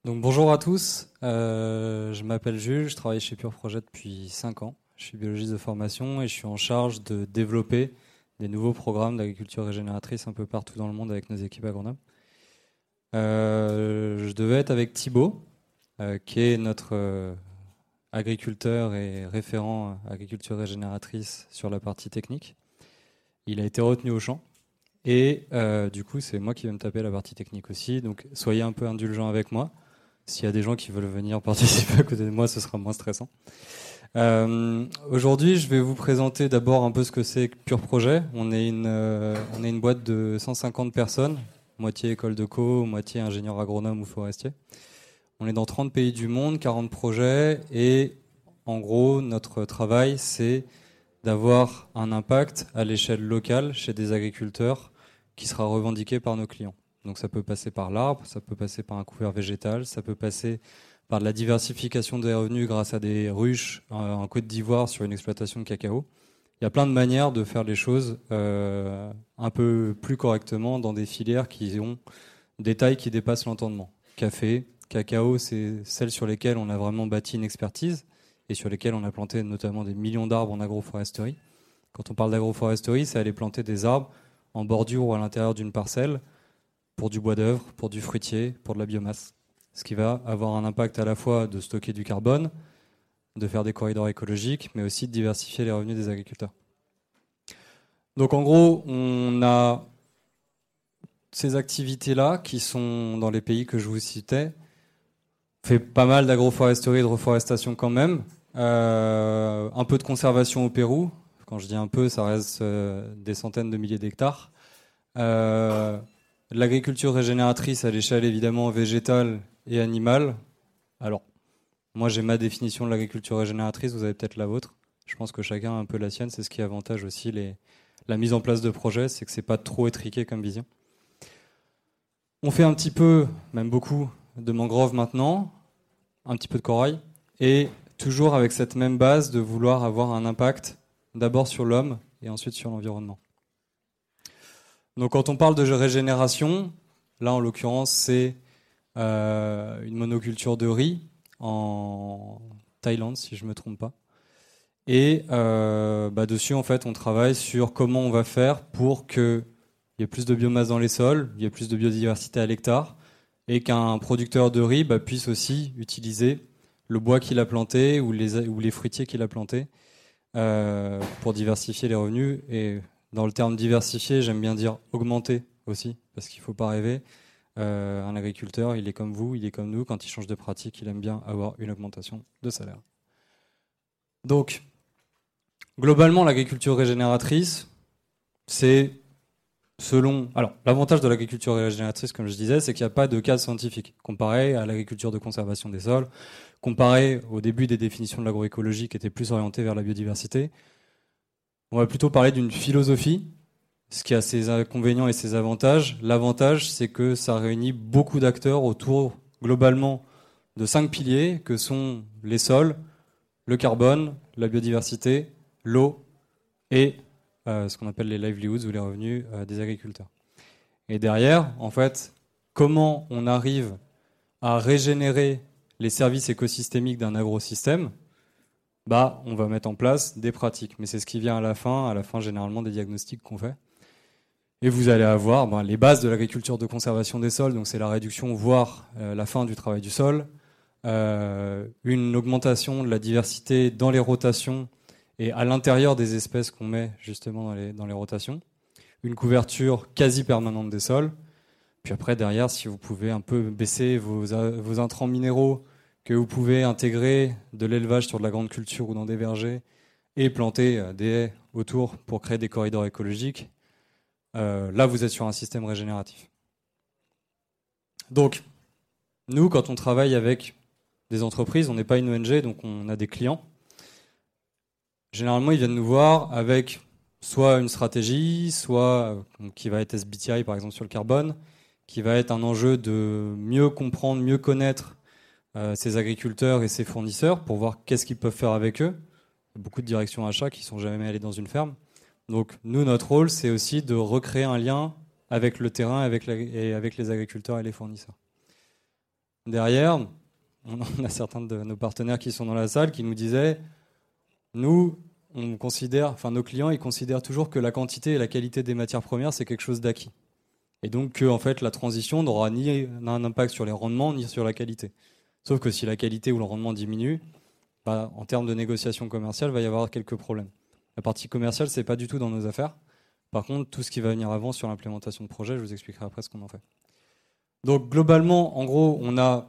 Donc bonjour à tous, je m'appelle Jules, je travaille chez Pure Projet depuis 5 ans. Je suis biologiste de formation et je suis en charge de développer des nouveaux programmes d'agriculture régénératrice un peu partout dans le monde avec nos équipes à Grenoble. Je devais être avec Thibaut, qui est notre agriculteur et référent agriculture régénératrice sur la partie technique. Il a été retenu au champ. Et du coup, c'est moi qui vais me taper la partie technique aussi. Donc soyez un peu indulgents avec moi. S'il y a des gens qui veulent venir participer à côté de moi, ce sera moins stressant. Aujourd'hui, je vais vous présenter d'abord un peu ce que c'est que Pure Projet. On est une boîte de 150 personnes, moitié école de co, moitié ingénieur agronome ou forestier. On est dans 30 pays du monde, 40 projets, et en gros, notre travail, c'est d'avoir un impact à l'échelle locale chez des agriculteurs qui sera revendiqué par nos clients. Donc ça peut passer par l'arbre, ça peut passer par un couvert végétal, ça peut passer par de la diversification des revenus grâce à des ruches en Côte d'Ivoire sur une exploitation de cacao. Il y a plein de manières de faire les choses un peu plus correctement dans des filières qui ont des tailles qui dépassent l'entendement. Café, cacao, c'est celles sur lesquelles on a vraiment bâti une expertise et sur lesquelles on a planté notamment des millions d'arbres en agroforesterie. Quand on parle d'agroforesterie, c'est aller planter des arbres en bordure ou à l'intérieur d'une parcelle pour du bois d'œuvre, pour du fruitier, pour de la biomasse. Ce qui va avoir un impact à la fois de stocker du carbone, de faire des corridors écologiques, mais aussi de diversifier les revenus des agriculteurs. Donc en gros, on a ces activités-là qui sont dans les pays que je vous citais. On fait pas mal d'agroforesterie et de reforestation quand même. Un peu de conservation au Pérou. Quand je dis un peu, ça reste des centaines de milliers d'hectares. L'agriculture régénératrice à l'échelle évidemment végétale et animale. Alors, moi j'ai ma définition de l'agriculture régénératrice, vous avez peut-être la vôtre. Je pense que chacun a un peu la sienne, c'est ce qui avantage aussi la mise en place de projets, c'est que c'est pas trop étriqué comme vision. On fait un petit peu, même beaucoup, de mangrove maintenant, un petit peu de corail, et toujours avec cette même base de vouloir avoir un impact d'abord sur l'homme et ensuite sur l'environnement. Donc quand on parle de régénération, là en l'occurrence c'est une monoculture de riz en Thaïlande si je ne me trompe pas. Et dessus en fait on travaille sur comment on va faire pour qu'il y ait plus de biomasse dans les sols, il y ait plus de biodiversité à l'hectare et qu'un producteur de riz puisse aussi utiliser le bois qu'il a planté ou les fruitiers qu'il a plantés pour diversifier les revenus. Et dans le terme diversifier, j'aime bien dire augmenter aussi, parce qu'il ne faut pas rêver. Un agriculteur, il est comme vous, il est comme nous. Quand il change de pratique, il aime bien avoir une augmentation de salaire. Donc, globalement, l'agriculture régénératrice, c'est selon... Alors, l'avantage de l'agriculture régénératrice, comme je disais, c'est qu'il n'y a pas de cadre scientifique comparé à l'agriculture de conservation des sols, comparé au début des définitions de l'agroécologie qui étaient plus orientées vers la biodiversité. On va plutôt parler d'une philosophie, ce qui a ses inconvénients et ses avantages. L'avantage, c'est que ça réunit beaucoup d'acteurs autour, globalement, de 5 piliers, que sont les sols, le carbone, la biodiversité, l'eau et ce qu'on appelle les livelihoods ou les revenus des agriculteurs. Et derrière, en fait, comment on arrive à régénérer les services écosystémiques d'un agrosystème, on va mettre en place des pratiques. Mais c'est ce qui vient à la fin généralement des diagnostics qu'on fait. Et vous allez avoir les bases de l'agriculture de conservation des sols, donc c'est la réduction, voire la fin du travail du sol, une augmentation de la diversité dans les rotations et à l'intérieur des espèces qu'on met justement dans les rotations, une couverture quasi permanente des sols, puis après derrière, si vous pouvez un peu baisser vos intrants minéraux, que vous pouvez intégrer de l'élevage sur de la grande culture ou dans des vergers et planter des haies autour pour créer des corridors écologiques, là vous êtes sur un système régénératif. Donc, nous, quand on travaille avec des entreprises, on n'est pas une ONG, donc on a des clients. Généralement, ils viennent nous voir avec soit une stratégie, soit qui va être SBTI par exemple sur le carbone, qui va être un enjeu de mieux comprendre, mieux connaître ces agriculteurs et ces fournisseurs pour voir qu'est-ce qu'ils peuvent faire avec eux. Il y a beaucoup de directions achats qui ne sont jamais allés dans une ferme. Donc nous, notre rôle, c'est aussi de recréer un lien avec le terrain et avec les agriculteurs et les fournisseurs. derrière, on a certains de nos partenaires qui sont dans la salle qui nous disaient, nous, on considère, enfin nos clients, ils considèrent toujours que la quantité et la qualité des matières premières, c'est quelque chose d'acquis. Et donc que en fait, la transition n'aura ni un impact sur les rendements, ni sur la qualité. Sauf que si la qualité ou le rendement diminue, bah, en termes de négociation commerciale, il va y avoir quelques problèmes. La partie commerciale, c'est pas du tout dans nos affaires. Par contre, tout ce qui va venir avant sur l'implémentation de projet, je vous expliquerai après ce qu'on en fait. Donc globalement, en gros, on a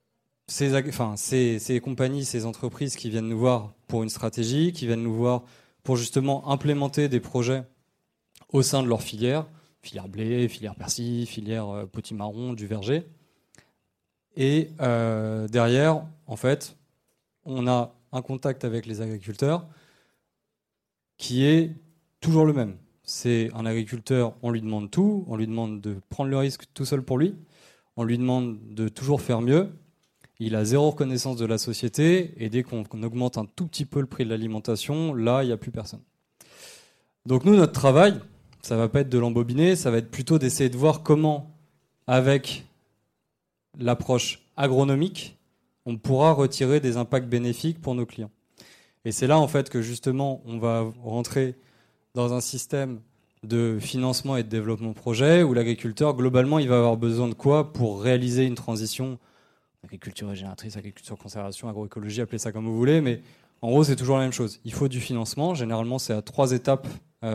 ces compagnies, ces entreprises qui viennent nous voir pour une stratégie, qui viennent nous voir pour justement implémenter des projets au sein de leur filière blé, filière persil, filière potimarron, du verger. Et derrière, en fait, on a un contact avec les agriculteurs qui est toujours le même. C'est un agriculteur, on lui demande tout, on lui demande de prendre le risque tout seul pour lui, on lui demande de toujours faire mieux. Il a zéro reconnaissance de la société et dès qu'on augmente un tout petit peu le prix de l'alimentation, là, il n'y a plus personne. Donc nous, notre travail, ça ne va pas être de l'embobiner, ça va être plutôt d'essayer de voir comment, avec l'approche agronomique, on pourra retirer des impacts bénéfiques pour nos clients. Et c'est là, en fait, que justement, on va rentrer dans un système de financement et de développement projet où l'agriculteur, globalement, il va avoir besoin de quoi pour réaliser une transition agriculture régénératrice, agriculture conservation, agroécologie, appelez ça comme vous voulez, mais en gros, c'est toujours la même chose. Il faut du financement. Généralement, c'est à 3 étapes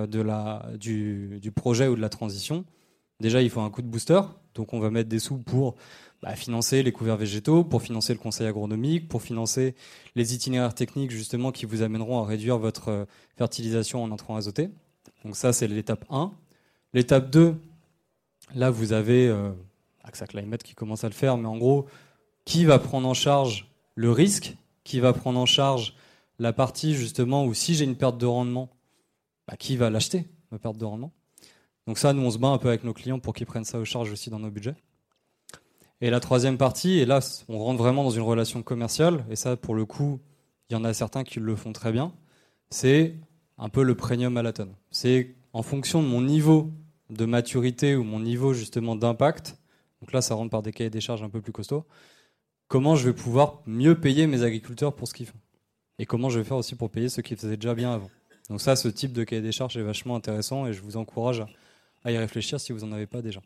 du projet ou de la transition. Déjà, il faut un coup de booster. Donc, on va mettre des sous pour financer les couverts végétaux, pour financer le conseil agronomique, pour financer les itinéraires techniques, justement, qui vous amèneront à réduire votre fertilisation en intrants azotés. Donc ça, c'est l'étape 1. L'étape 2, là, vous avez AXA Climate qui commence à le faire, mais en gros, qui va prendre en charge le risque, qui va prendre en charge la partie justement où si j'ai une perte de rendement, qui va l'acheter, ma perte de rendement. Donc ça, nous on se bat un peu avec nos clients pour qu'ils prennent ça aux charges aussi dans nos budgets. Et la troisième partie, et là on rentre vraiment dans une relation commerciale, et ça pour le coup, il y en a certains qui le font très bien, c'est un peu le premium à la tonne. C'est en fonction de mon niveau de maturité ou mon niveau justement d'impact, donc là ça rentre par des cahiers des charges un peu plus costauds, comment je vais pouvoir mieux payer mes agriculteurs pour ce qu'ils font. Et comment je vais faire aussi pour payer ceux qui faisaient déjà bien avant. Donc ça, ce type de cahier des charges est vachement intéressant et je vous encourage à y réfléchir si vous n'en avez pas déjà.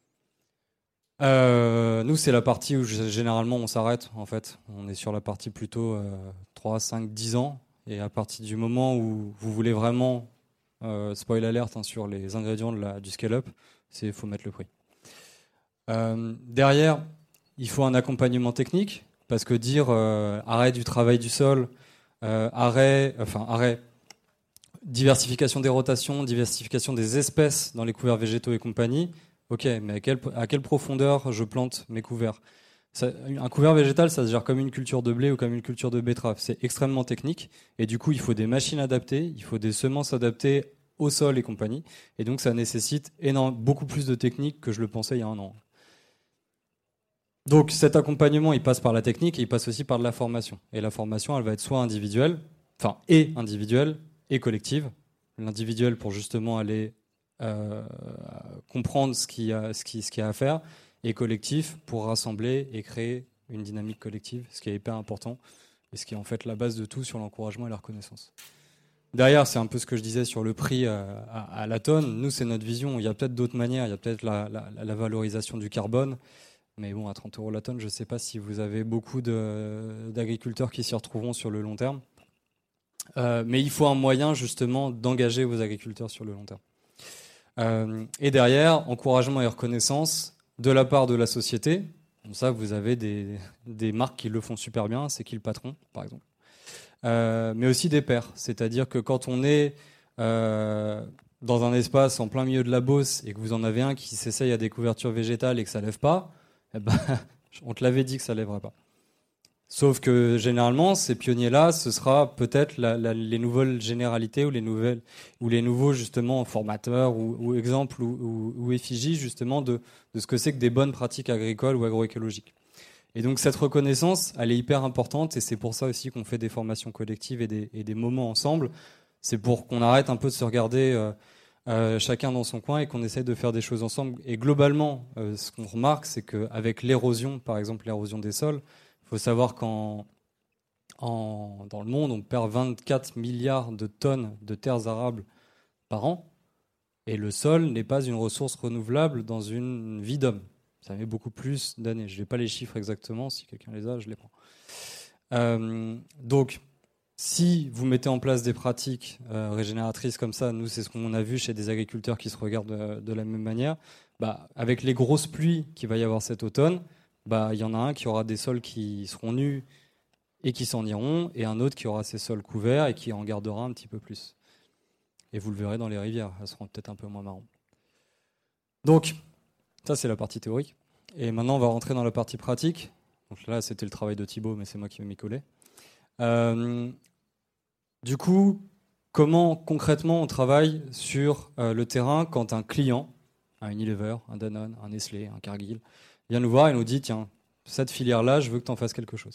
Nous, c'est la partie où généralement on s'arrête en fait. On est sur la partie plutôt 3, 5, 10 ans. Et à partir du moment où vous voulez vraiment, spoil alert sur les ingrédients du scale-up, il faut mettre le prix. Derrière, il faut un accompagnement technique, parce que dire arrêt du travail du sol, arrêt, diversification des rotations, diversification des espèces dans les couverts végétaux et compagnie, ok, mais à quelle profondeur je plante mes couverts ? Un couvert végétal, ça se gère comme une culture de blé ou comme une culture de betterave. C'est extrêmement technique, et du coup, il faut des machines adaptées, il faut des semences adaptées au sol et compagnie, et donc ça nécessite beaucoup plus de technique que je le pensais il y a un an. Donc cet accompagnement, il passe par la technique et il passe aussi par de la formation. Et la formation, elle va être soit individuelle, et collective. L'individuel pour justement aller comprendre ce qu'il y a à faire, et collectif pour rassembler et créer une dynamique collective, ce qui est hyper important, et ce qui est en fait la base de tout sur l'encouragement et la reconnaissance. Derrière, c'est un peu ce que je disais sur le prix à la tonne. Nous, c'est notre vision. Il y a peut-être d'autres manières, il y a peut-être la valorisation du carbone. Mais bon, à 30 € la tonne, je ne sais pas si vous avez beaucoup d'agriculteurs qui s'y retrouveront sur le long terme. Mais il faut un moyen justement d'engager vos agriculteurs sur le long terme. Et derrière, encouragement et reconnaissance de la part de la société. Comme ça, vous avez des marques qui le font super bien, c'est qui le patron, par exemple. Mais aussi des pairs. C'est-à-dire que quand on est dans un espace en plein milieu de la Beauce et que vous en avez un qui s'essaye à des couvertures végétales et que ça ne lève pas, on te l'avait dit que ça ne lèverait pas. Sauf que généralement, ces pionniers-là, ce sera peut-être les nouvelles généralités ou les nouveaux justement formateurs ou exemples ou effigies justement de ce que c'est que des bonnes pratiques agricoles ou agroécologiques. Et donc cette reconnaissance, elle est hyper importante et c'est pour ça aussi qu'on fait des formations collectives et des moments ensemble. C'est pour qu'on arrête un peu de se regarder chacun dans son coin et qu'on essaye de faire des choses ensemble. Et globalement, ce qu'on remarque, c'est qu'avec l'érosion, par exemple l'érosion des sols, il faut savoir dans le monde, on perd 24 milliards de tonnes de terres arables par an. Et le sol n'est pas une ressource renouvelable dans une vie d'homme. Ça met beaucoup plus d'années. Je n'ai pas les chiffres exactement. Si quelqu'un les a, je les prends. Donc, si vous mettez en place des pratiques régénératrices comme ça, nous, c'est ce qu'on a vu chez des agriculteurs qui se regardent de la même manière, avec les grosses pluies qu'il va y avoir cet automne, il y en a un qui aura des sols qui seront nus et qui s'en iront, et un autre qui aura ses sols couverts et qui en gardera un petit peu plus. Et vous le verrez dans les rivières, elles seront peut-être un peu moins marron. Donc, ça c'est la partie théorique. Et maintenant, on va rentrer dans la partie pratique. Donc là, c'était le travail de Thibaut, mais c'est moi qui vais m'y coller. Du coup, comment concrètement on travaille sur le terrain quand un client, un Unilever, un Danone, un Nestlé, un Cargill, vient nous voir et nous dit « Tiens, cette filière-là, je veux que tu en fasses quelque chose ».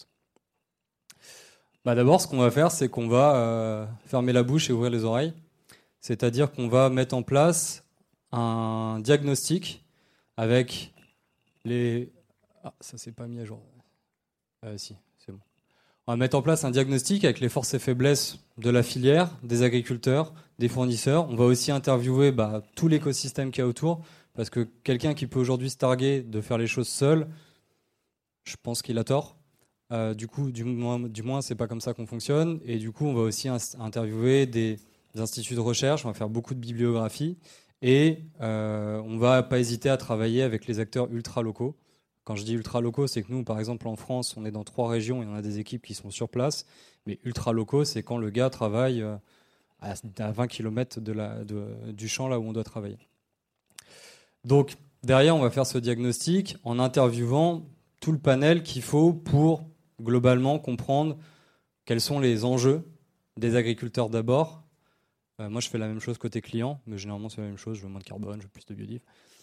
D'abord, ce qu'on va faire, c'est qu'on va fermer la bouche et ouvrir les oreilles. C'est-à-dire qu'on va mettre en place un diagnostic avec les... Ah, ça s'est pas mis à jour. Si, c'est bon. On va mettre en place un diagnostic avec les forces et faiblesses de la filière, des agriculteurs, des fournisseurs. On va aussi interviewer tout l'écosystème qu'il y a autour, parce que quelqu'un qui peut aujourd'hui se targuer de faire les choses seul, je pense qu'il a tort. Du moins, c'est pas comme ça qu'on fonctionne. Et du coup, on va aussi interviewer des instituts de recherche, on va faire beaucoup de bibliographie et on va pas hésiter à travailler avec les acteurs ultra locaux. Quand je dis ultra locaux, c'est que nous, par exemple, en France, on est dans 3 régions et on a des équipes qui sont sur place. Mais ultra locaux, c'est quand le gars travaille à 20 km du champ là où on doit travailler. Donc, derrière, on va faire ce diagnostic en interviewant tout le panel qu'il faut pour globalement comprendre quels sont les enjeux des agriculteurs d'abord. Moi, je fais la même chose côté client, mais généralement, c'est la même chose. Je veux moins de carbone, je veux plus de biodive.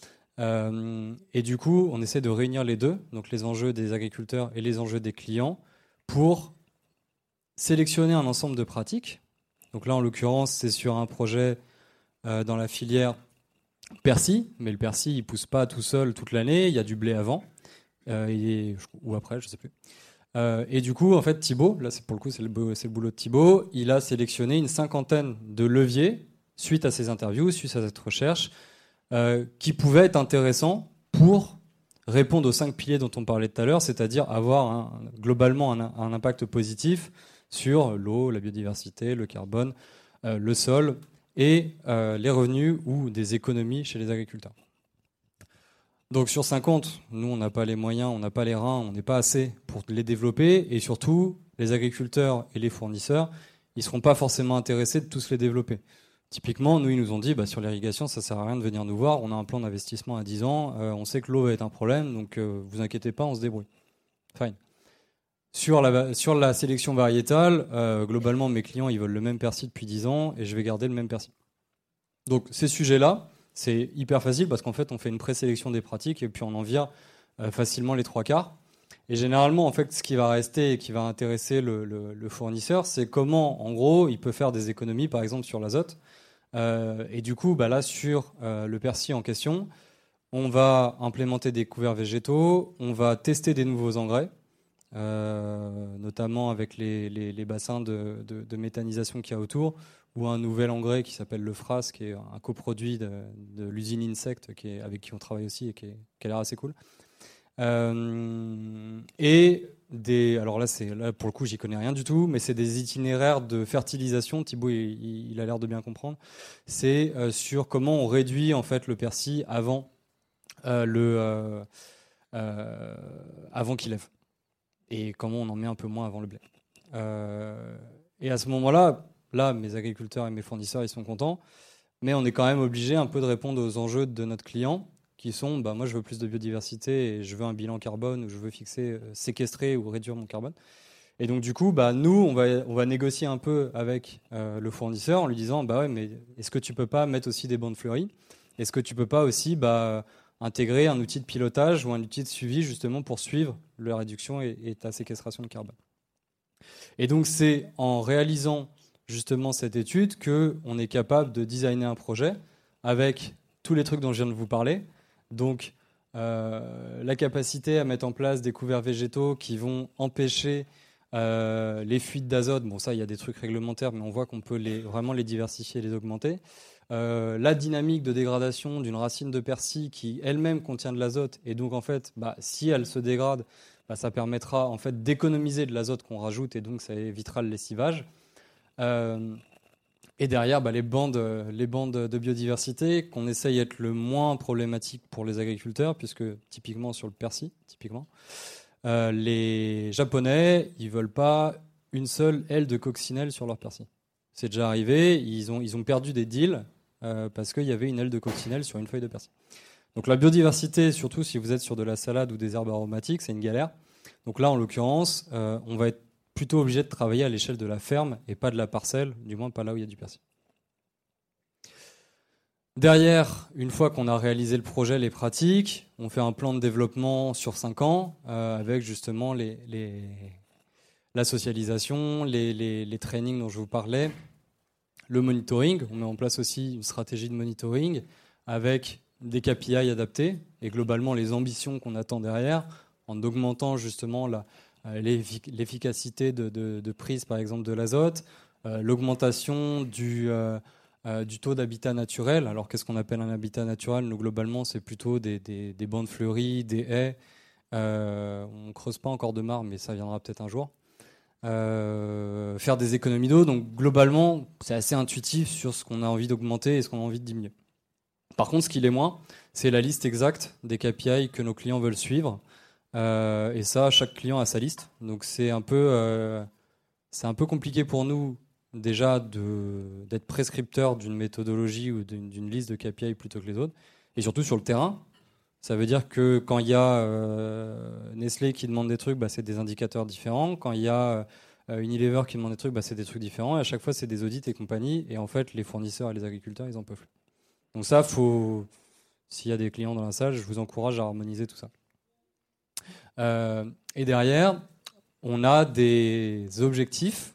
Et du coup, on essaie de réunir les deux, donc les enjeux des agriculteurs et les enjeux des clients, pour sélectionner un ensemble de pratiques. Donc là, en l'occurrence, c'est sur un projet dans la filière persil, mais le persil, il pousse pas tout seul toute l'année. Il y a du blé avant, ou après, je sais plus. Et du coup, en fait, Thibaut, là, pour le coup, c'est le boulot de Thibaut, il a sélectionné une 50aine de leviers suite à ces interviews, suite à cette recherche, qui pouvaient être intéressants pour répondre aux 5 piliers dont on parlait tout à l'heure, c'est-à-dire avoir globalement un impact positif sur l'eau, la biodiversité, le carbone, le sol et les revenus ou des économies chez les agriculteurs. Donc sur 50, nous on n'a pas les moyens, on n'a pas les reins, on n'est pas assez pour les développer, et surtout les agriculteurs et les fournisseurs, ils ne seront pas forcément intéressés de tous les développer. Typiquement, nous ils nous ont dit sur l'irrigation ça ne sert à rien de venir nous voir, on a un plan d'investissement à 10 ans, on sait que l'eau va être un problème, donc vous inquiétez pas, on se débrouille. Fine. Sur la sélection variétale, globalement mes clients ils veulent le même persil depuis 10 ans et je vais garder le même persil. Donc ces sujets-là, c'est hyper facile parce qu'en fait, on fait une présélection des pratiques et puis on en vire facilement les 3/4. Et généralement, en fait, ce qui va rester et qui va intéresser le fournisseur, c'est comment, en gros, il peut faire des économies, par exemple, sur l'azote. Et du coup, là, sur le persil en question, on va implémenter des couverts végétaux, on va tester des nouveaux engrais, notamment avec les bassins de méthanisation qu'il y a autour, ou un nouvel engrais qui s'appelle le FRAS, qui est un coproduit de l'usine Insect, avec qui on travaille aussi et qui a l'air assez cool. Alors là, pour le coup, j'y connais rien du tout, mais c'est des itinéraires de fertilisation. Thibaut, il a l'air de bien comprendre. C'est sur comment on réduit en fait le persil avant qu'il lève, et comment on en met un peu moins avant le blé. Et à ce moment-là, mes agriculteurs et mes fournisseurs, ils sont contents, mais on est quand même obligé un peu de répondre aux enjeux de notre client, qui sont, moi je veux plus de biodiversité et je veux un bilan carbone, ou je veux séquestrer ou réduire mon carbone. Et donc du coup, nous, on va négocier un peu avec le fournisseur en lui disant, ouais, mais est-ce que tu peux pas mettre aussi des bandes fleuries ? Est-ce que tu peux pas aussi intégrer un outil de pilotage ou un outil de suivi justement pour suivre la réduction et ta séquestration de carbone ? Et donc c'est en réalisant justement cette étude qu'on est capable de designer un projet avec tous les trucs dont je viens de vous parler. Donc, la capacité à mettre en place des couverts végétaux qui vont empêcher les fuites d'azote. Bon, ça, il y a des trucs réglementaires, mais on voit qu'on peut vraiment les diversifier et les augmenter. La dynamique de dégradation d'une racine de persil qui elle-même contient de l'azote, et donc en fait, si elle se dégrade, ça permettra en fait d'économiser de l'azote qu'on rajoute, et donc ça évitera le lessivage. Et derrière, les bandes de biodiversité qu'on essaye d'être le moins problématique pour les agriculteurs, puisque typiquement sur le persil, les Japonais, ils veulent pas une seule aile de coccinelle sur leur persil. C'est déjà arrivé, ils ont perdu des deals parce qu'il y avait une aile de coccinelle sur une feuille de persil. Donc la biodiversité, surtout si vous êtes sur de la salade ou des herbes aromatiques, c'est une galère. Donc là, en l'occurrence, on va être plutôt obligé de travailler à l'échelle de la ferme et pas de la parcelle, du moins pas là où il y a du persil. Derrière, une fois qu'on a réalisé le projet, les pratiques, on fait un plan de développement sur 5 ans avec justement la socialisation, les trainings dont je vous parlais, le monitoring. On met en place aussi une stratégie de monitoring avec des KPI adaptés et globalement les ambitions qu'on attend derrière en augmentant justement l'efficacité de prise par exemple de l'azote, l'augmentation du taux d'habitat naturel. Alors qu'est-ce qu'on appelle un habitat naturel? Nous globalement c'est plutôt des bandes fleuries, des haies. On ne creuse pas encore de mares mais ça viendra peut-être un jour. Faire des économies d'eau, donc globalement c'est assez intuitif sur ce qu'on a envie d'augmenter et ce qu'on a envie de diminuer. Par contre ce qui l'est moins, c'est la liste exacte des KPI que nos clients veulent suivre. Et ça, chaque client a sa liste. Donc c'est un peu compliqué pour nous déjà d'être prescripteur d'une méthodologie ou d'une liste de KPI plutôt que les autres. Et surtout sur le terrain, ça veut dire que quand il y a Nestlé qui demande des trucs, c'est des indicateurs différents. Quand il y a Unilever qui demande des trucs, c'est des trucs différents. Et à chaque fois, c'est des audits et compagnie. Et en fait, les fournisseurs et les agriculteurs, ils en peuvent plus. Donc ça, s'il y a des clients dans la salle, je vous encourage à harmoniser tout ça. Et derrière, on a des objectifs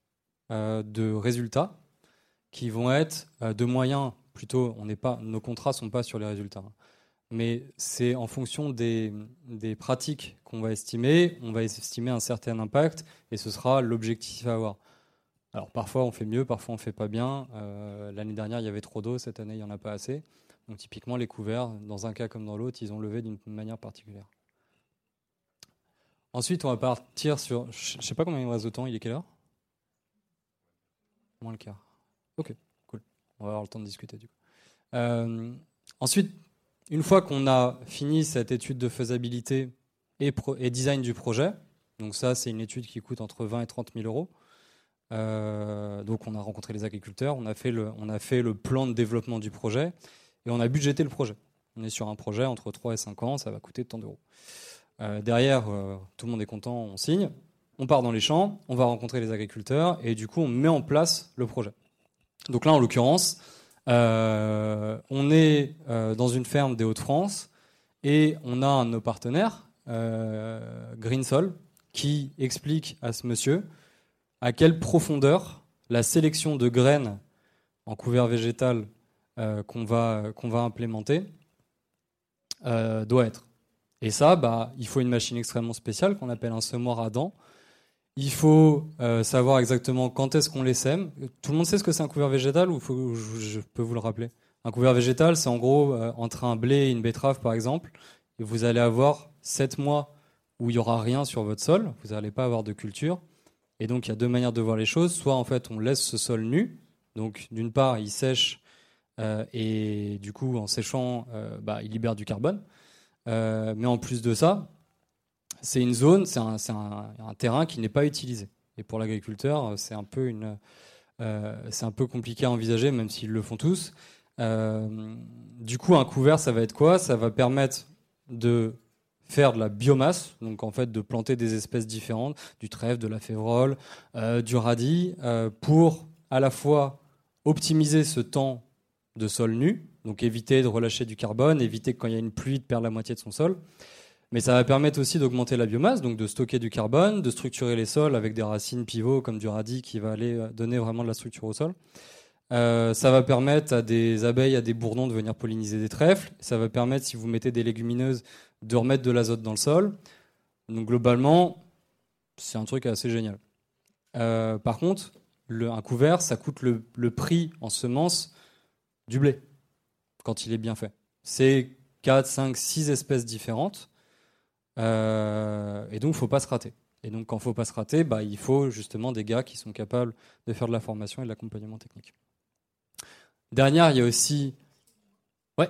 de résultats qui vont être de moyens. Plutôt, nos contrats ne sont pas sur les résultats. Mais c'est en fonction des pratiques qu'on va estimer. On va estimer un certain impact et ce sera l'objectif à avoir. Alors parfois on fait mieux, parfois on ne fait pas bien. L'année dernière, il y avait trop d'eau. Cette année, il n'y en a pas assez. Donc typiquement, les couverts, dans un cas comme dans l'autre, ils ont levé d'une manière particulière. Ensuite, on va partir sur... Je ne sais pas combien il me reste de temps. Il est quelle heure? Moins le quart. Ok, cool. On va avoir le temps de discuter du coup. Ensuite, une fois qu'on a fini cette étude de faisabilité et design du projet, donc ça, c'est une étude qui coûte entre 20 et 30 000 euros. Donc on a rencontré les agriculteurs, on a fait le plan de développement du projet et on a budgété le projet. On est sur un projet entre 3 et 5 ans, ça va coûter tant d'euros. Derrière, tout le monde est content, on signe, on part dans les champs, on va rencontrer les agriculteurs et du coup on met en place le projet. Donc là en l'occurrence, on est dans une ferme des Hauts-de-France et on a un de nos partenaires, Greensol, qui explique à ce monsieur à quelle profondeur la sélection de graines en couvert végétal qu'on va implémenter doit être. Et ça, il faut une machine extrêmement spéciale qu'on appelle un semoir à dents. Il faut savoir exactement quand est-ce qu'on les sème. Tout le monde sait ce que c'est un couvert végétal ou je peux vous le rappeler? Un couvert végétal, c'est en gros entre un blé et une betterave par exemple. Et vous allez avoir 7 mois où il n'y aura rien sur votre sol. Vous n'allez pas avoir de culture. Et donc, il y a 2 manières de voir les choses. Soit, en fait, on laisse ce sol nu. Donc, d'une part, il sèche et du coup, en séchant, il libère du carbone. Mais en plus de ça, c'est une zone, c'est un terrain qui n'est pas utilisé. Et pour l'agriculteur, c'est un peu compliqué à envisager, même s'ils le font tous. Du coup, un couvert, ça va être quoi? Ça va permettre de faire de la biomasse, donc en fait de planter des espèces différentes, du trèfle, de la févrole, du radis, pour à la fois optimiser ce temps de sol nu, donc éviter de relâcher du carbone, éviter que quand il y a une pluie de perdre la moitié de son sol, mais ça va permettre aussi d'augmenter la biomasse, donc de stocker du carbone, de structurer les sols avec des racines pivots comme du radis qui va aller donner vraiment de la structure au sol. Ça va permettre à des abeilles, à des bourdons de venir polliniser des trèfles. Ça va permettre, si vous mettez des légumineuses, de remettre de l'azote dans le sol. Donc globalement, c'est un truc assez génial. Par contre, un couvert, ça coûte le prix en semences du blé, quand il est bien fait. C'est 4, 5, 6 espèces différentes. Et donc, il ne faut pas se rater. Et donc, quand il ne faut pas se rater, il faut justement des gars qui sont capables de faire de la formation et de l'accompagnement technique. Derrière, il y a aussi... Ouais.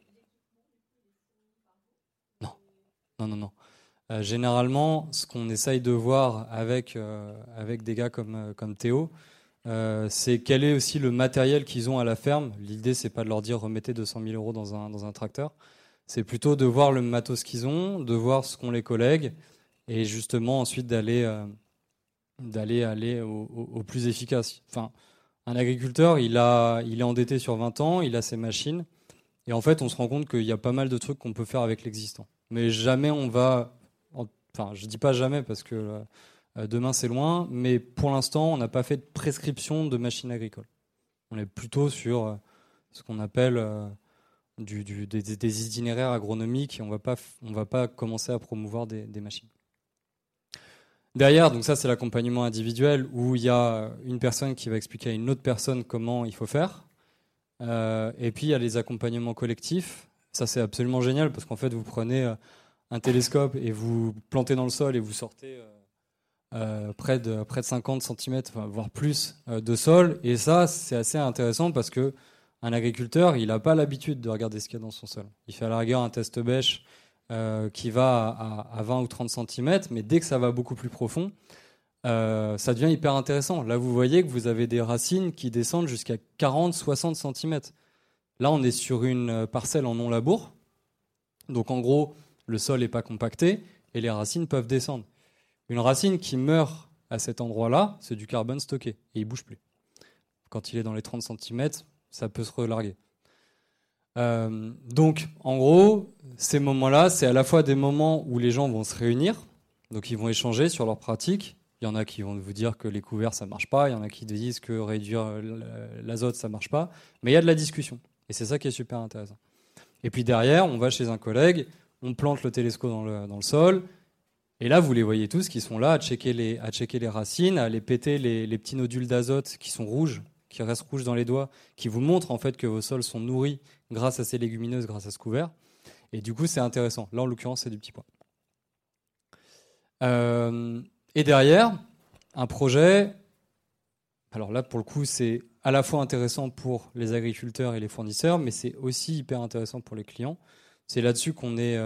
Non, non, non, non. Généralement, ce qu'on essaye de voir avec des gars comme Théo, c'est quel est aussi le matériel qu'ils ont à la ferme. L'idée, c'est pas de leur dire remettez 200 000 euros dans un tracteur. C'est plutôt de voir le matos qu'ils ont, de voir ce qu'ont les collègues, et justement ensuite d'aller aller au plus efficace. Enfin, un agriculteur, il est endetté sur 20 ans, il a ses machines, et en fait, on se rend compte qu'il y a pas mal de trucs qu'on peut faire avec l'existant. Mais jamais on va... Enfin, je dis pas jamais parce que demain c'est loin, mais pour l'instant, on n'a pas fait de prescription de machines agricoles. On est plutôt sur ce qu'on appelle des itinéraires agronomiques et on va pas commencer à promouvoir des machines. Derrière, donc ça c'est l'accompagnement individuel où il y a une personne qui va expliquer à une autre personne comment il faut faire. Et puis il y a les accompagnements collectifs. Ça c'est absolument génial parce qu'en fait vous prenez un télescope et vous plantez dans le sol et vous sortez près de 50 cm, voire plus de sol. Et ça, c'est assez intéressant parce que un agriculteur, il n'a pas l'habitude de regarder ce qu'il y a dans son sol. Il fait à la rigueur un test bêche qui va à 20 ou 30 cm, mais dès que ça va beaucoup plus profond, ça devient hyper intéressant. Là, vous voyez que vous avez des racines qui descendent jusqu'à 40-60 cm. Là, on est sur une parcelle en non-labour. Donc, en gros, le sol n'est pas compacté et les racines peuvent descendre. Une racine qui meurt à cet endroit-là, c'est du carbone stocké et il ne bouge plus. Quand il est dans les 30 cm, ça peut se relarguer. Donc, en gros, ces moments-là, c'est à la fois des moments où les gens vont se réunir, donc ils vont échanger sur leurs pratiques. Il y en a qui vont vous dire que les couverts, ça ne marche pas. Il y en a qui disent que réduire l'azote, ça ne marche pas. Mais il y a de la discussion. Et c'est ça qui est super intéressant. Et puis derrière, on va chez un collègue, on plante le télescope dans le sol. Et là, vous les voyez tous qui sont là à checker les racines, à aller péter les petits nodules d'azote qui sont rouges, qui restent rouges dans les doigts, qui vous montrent en fait que vos sols sont nourris grâce à ces légumineuses, grâce à ce couvert. Et du coup, c'est intéressant. Là, en l'occurrence, c'est du petit pois. Et derrière, un projet. Alors là, pour le coup, c'est à la fois intéressant pour les agriculteurs et les fournisseurs, mais c'est aussi hyper intéressant pour les clients. C'est là-dessus qu'on est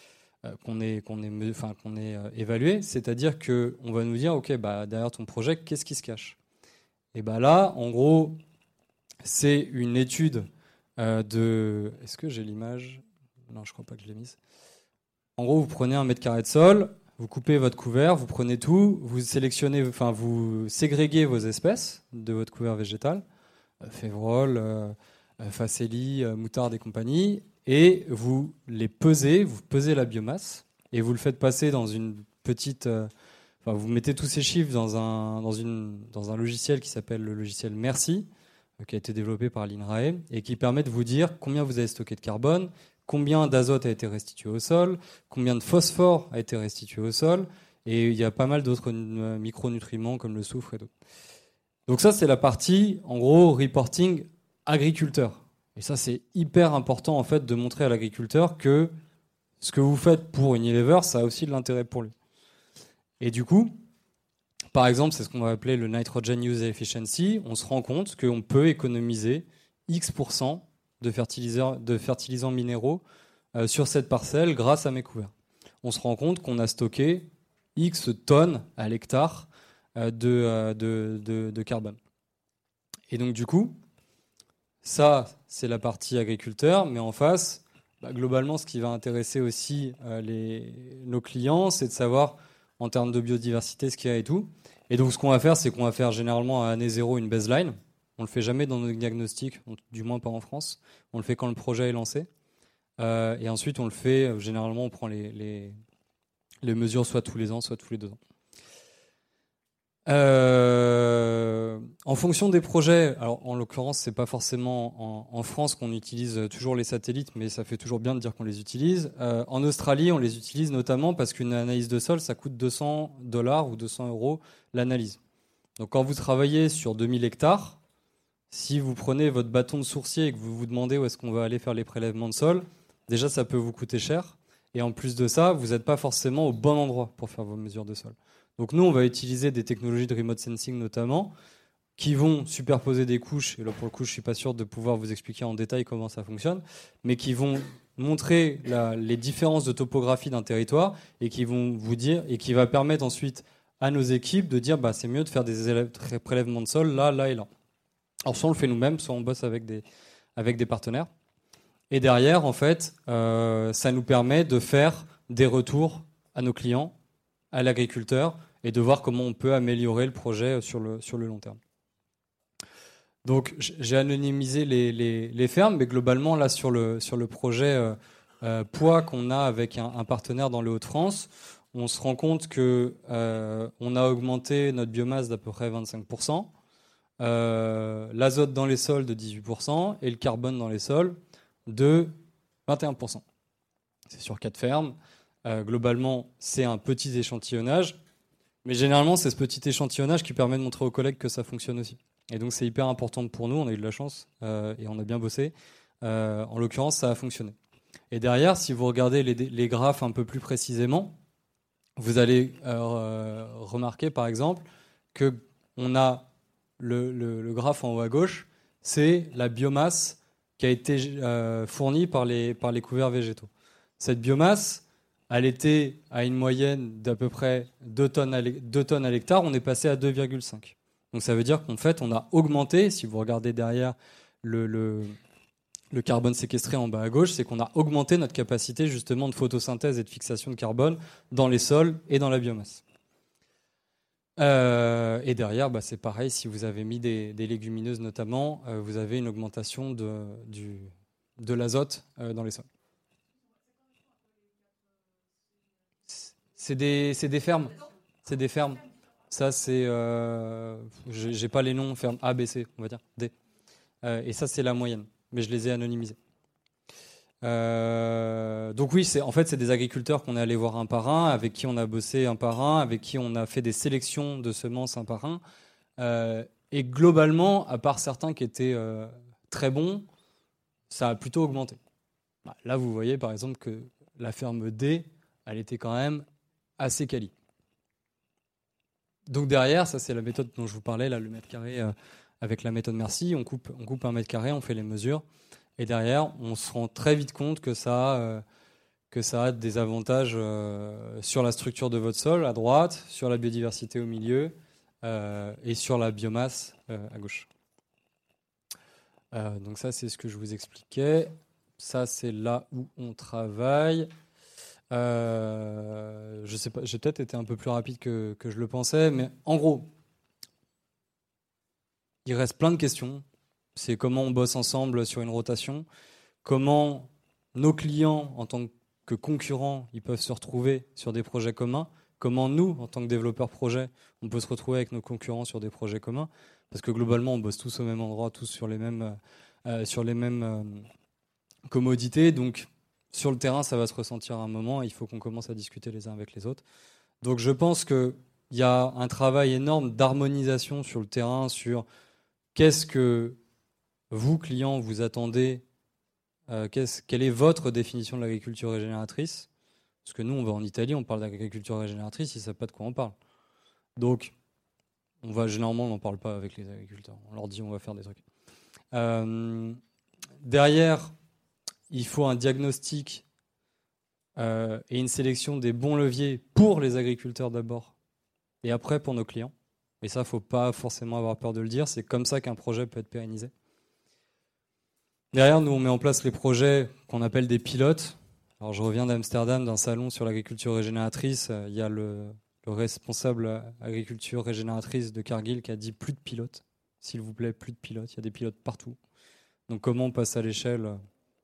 évalué, c'est-à-dire qu'on va nous dire, ok, derrière ton projet, qu'est-ce qui se cache? Et là, en gros, c'est une étude de... Est-ce que j'ai l'image? Non, je crois pas que je l'ai mise. En gros, vous prenez 1 mètre carré de sol, vous coupez votre couvert, vous prenez tout, vous sélectionnez, vous ségrégez vos espèces de votre couvert végétal, févrole, facélie, moutarde et compagnie, et vous les pesez, vous pesez la biomasse, et vous le faites passer dans une petite... vous mettez tous ces chiffres dans un logiciel qui s'appelle le logiciel Merci, qui a été développé par l'INRAE, et qui permet de vous dire combien vous avez stocké de carbone, combien d'azote a été restitué au sol, combien de phosphore a été restitué au sol, et il y a pas mal d'autres micronutriments comme le soufre et d'autres. Donc ça, c'est la partie, en gros, reporting agriculteur. Et ça, c'est hyper important en fait de montrer à l'agriculteur que ce que vous faites pour Unilever, ça a aussi de l'intérêt pour lui. Et du coup, par exemple, c'est ce qu'on va appeler le Nitrogen Use Efficiency. On se rend compte qu'on peut économiser X% de fertilisants minéraux sur cette parcelle grâce à mes couverts. On se rend compte qu'on a stocké X tonnes à l'hectare de carbone. Et donc du coup, ça, c'est la partie agriculteur, mais en face, globalement, ce qui va intéresser aussi nos clients, c'est de savoir, en termes de biodiversité, ce qu'il y a et tout. Et donc, ce qu'on va faire, c'est qu'on va faire généralement à année zéro une baseline. On ne le fait jamais dans nos diagnostics, du moins pas en France. On le fait quand le projet est lancé. Et ensuite, on le fait, généralement, on prend les mesures soit tous les ans, soit tous les 2 ans. En fonction des projets, alors en l'occurrence, c'est pas forcément en France qu'on utilise toujours les satellites, mais ça fait toujours bien de dire qu'on les utilise. En Australie, on les utilise notamment parce qu'une analyse de sol, ça coûte $200 ou 200 € l'analyse. Donc quand vous travaillez sur 2000 hectares, si vous prenez votre bâton de sourcier et que vous vous demandez où est-ce qu'on va aller faire les prélèvements de sol, déjà ça peut vous coûter cher. Et en plus de ça, vous n'êtes pas forcément au bon endroit pour faire vos mesures de sol. Donc nous, on va utiliser des technologies de remote sensing notamment, qui vont superposer des couches, et là pour le coup je ne suis pas sûr de pouvoir vous expliquer en détail comment ça fonctionne, mais qui vont montrer les différences de topographie d'un territoire et qui vont vous dire, et qui va permettre ensuite à nos équipes de dire c'est mieux de faire des prélèvements de sol là, là et là. Alors soit on le fait nous-mêmes, soit on bosse avec des partenaires. Et derrière, en fait, ça nous permet de faire des retours à nos clients, à l'agriculteur, et de voir comment on peut améliorer le projet sur le long terme. Donc j'ai anonymisé les fermes, mais globalement, là, sur le projet poids qu'on a avec un partenaire dans les Hauts-de-France, on se rend compte qu'on a augmenté notre biomasse d'à peu près 25%, l'azote dans les sols de 18% et le carbone dans les sols de 21%. C'est sur 4 fermes. Globalement, c'est un petit échantillonnage, mais généralement, c'est ce petit échantillonnage qui permet de montrer aux collègues que ça fonctionne aussi. Et donc, c'est hyper important pour nous. On a eu de la chance et on a bien bossé. En l'occurrence, ça a fonctionné. Et derrière, si vous regardez les graphes un peu plus précisément, vous allez remarquer, par exemple, qu'on a le graphe en haut à gauche, c'est la biomasse qui a été fournie par les couverts végétaux. Cette biomasse, elle était à une moyenne d'à peu près 2 tonnes à l'hectare, on est passé à 2,5. Donc ça veut dire qu'en fait, on a augmenté, si vous regardez derrière le carbone séquestré en bas à gauche, c'est qu'on a augmenté notre capacité justement de photosynthèse et de fixation de carbone dans les sols et dans la biomasse. Et derrière, c'est pareil, si vous avez mis des légumineuses notamment, vous avez une augmentation de l'azote dans les sols. C'est des fermes. C'est des fermes. Ça, c'est... j'ai pas les noms, ferme A, B, C, on va dire, D. Et ça, c'est la moyenne. Mais je les ai anonymisés. Donc oui, en fait, c'est des agriculteurs qu'on est allé voir un par un, avec qui on a bossé un par un, avec qui on a fait des sélections de semences un par un. Et globalement, à part certains qui étaient très bons, ça a plutôt augmenté. Là, vous voyez par exemple que la ferme D, elle était quand même assez quali. Donc derrière, ça c'est la méthode dont je vous parlais, là, le mètre carré avec la méthode Merci. On coupe un mètre carré, on fait les mesures. Et derrière, on se rend très vite compte que ça a des avantages sur la structure de votre sol à droite, sur la biodiversité au milieu et sur la biomasse à gauche. Donc ça, c'est ce que je vous expliquais. Ça, c'est là où on travaille. Je sais pas, j'ai peut-être été un peu plus rapide que je le pensais, mais en gros, il reste plein de questions. C'est comment on bosse ensemble sur une rotation, comment nos clients, en tant que concurrents, ils peuvent se retrouver sur des projets communs, comment nous, en tant que développeurs projet, on peut se retrouver avec nos concurrents sur des projets communs, parce que globalement, on bosse tous au même endroit, tous sur les mêmes commodités, donc sur le terrain, ça va se ressentir à un moment, il faut qu'on commence à discuter les uns avec les autres. Donc je pense qu'il y a un travail énorme d'harmonisation sur le terrain, sur qu'est-ce que vous, clients, vous attendez, quelle est votre définition de l'agriculture régénératrice? Parce que nous, on va en Italie, on parle d'agriculture régénératrice, ils ne savent pas de quoi on parle. Donc, généralement, on n'en parle pas avec les agriculteurs. On leur dit on va faire des trucs. Derrière, il faut un diagnostic et une sélection des bons leviers pour les agriculteurs d'abord et après pour nos clients. Et ça, il ne faut pas forcément avoir peur de le dire. C'est comme ça qu'un projet peut être pérennisé. Derrière, nous, on met en place les projets qu'on appelle des pilotes. Alors, je reviens d'Amsterdam, d'un salon sur l'agriculture régénératrice. Il y a le responsable agriculture régénératrice de Cargill qui a dit plus de pilotes. S'il vous plaît, plus de pilotes. Il y a des pilotes partout. Donc, comment on passe à l'échelle?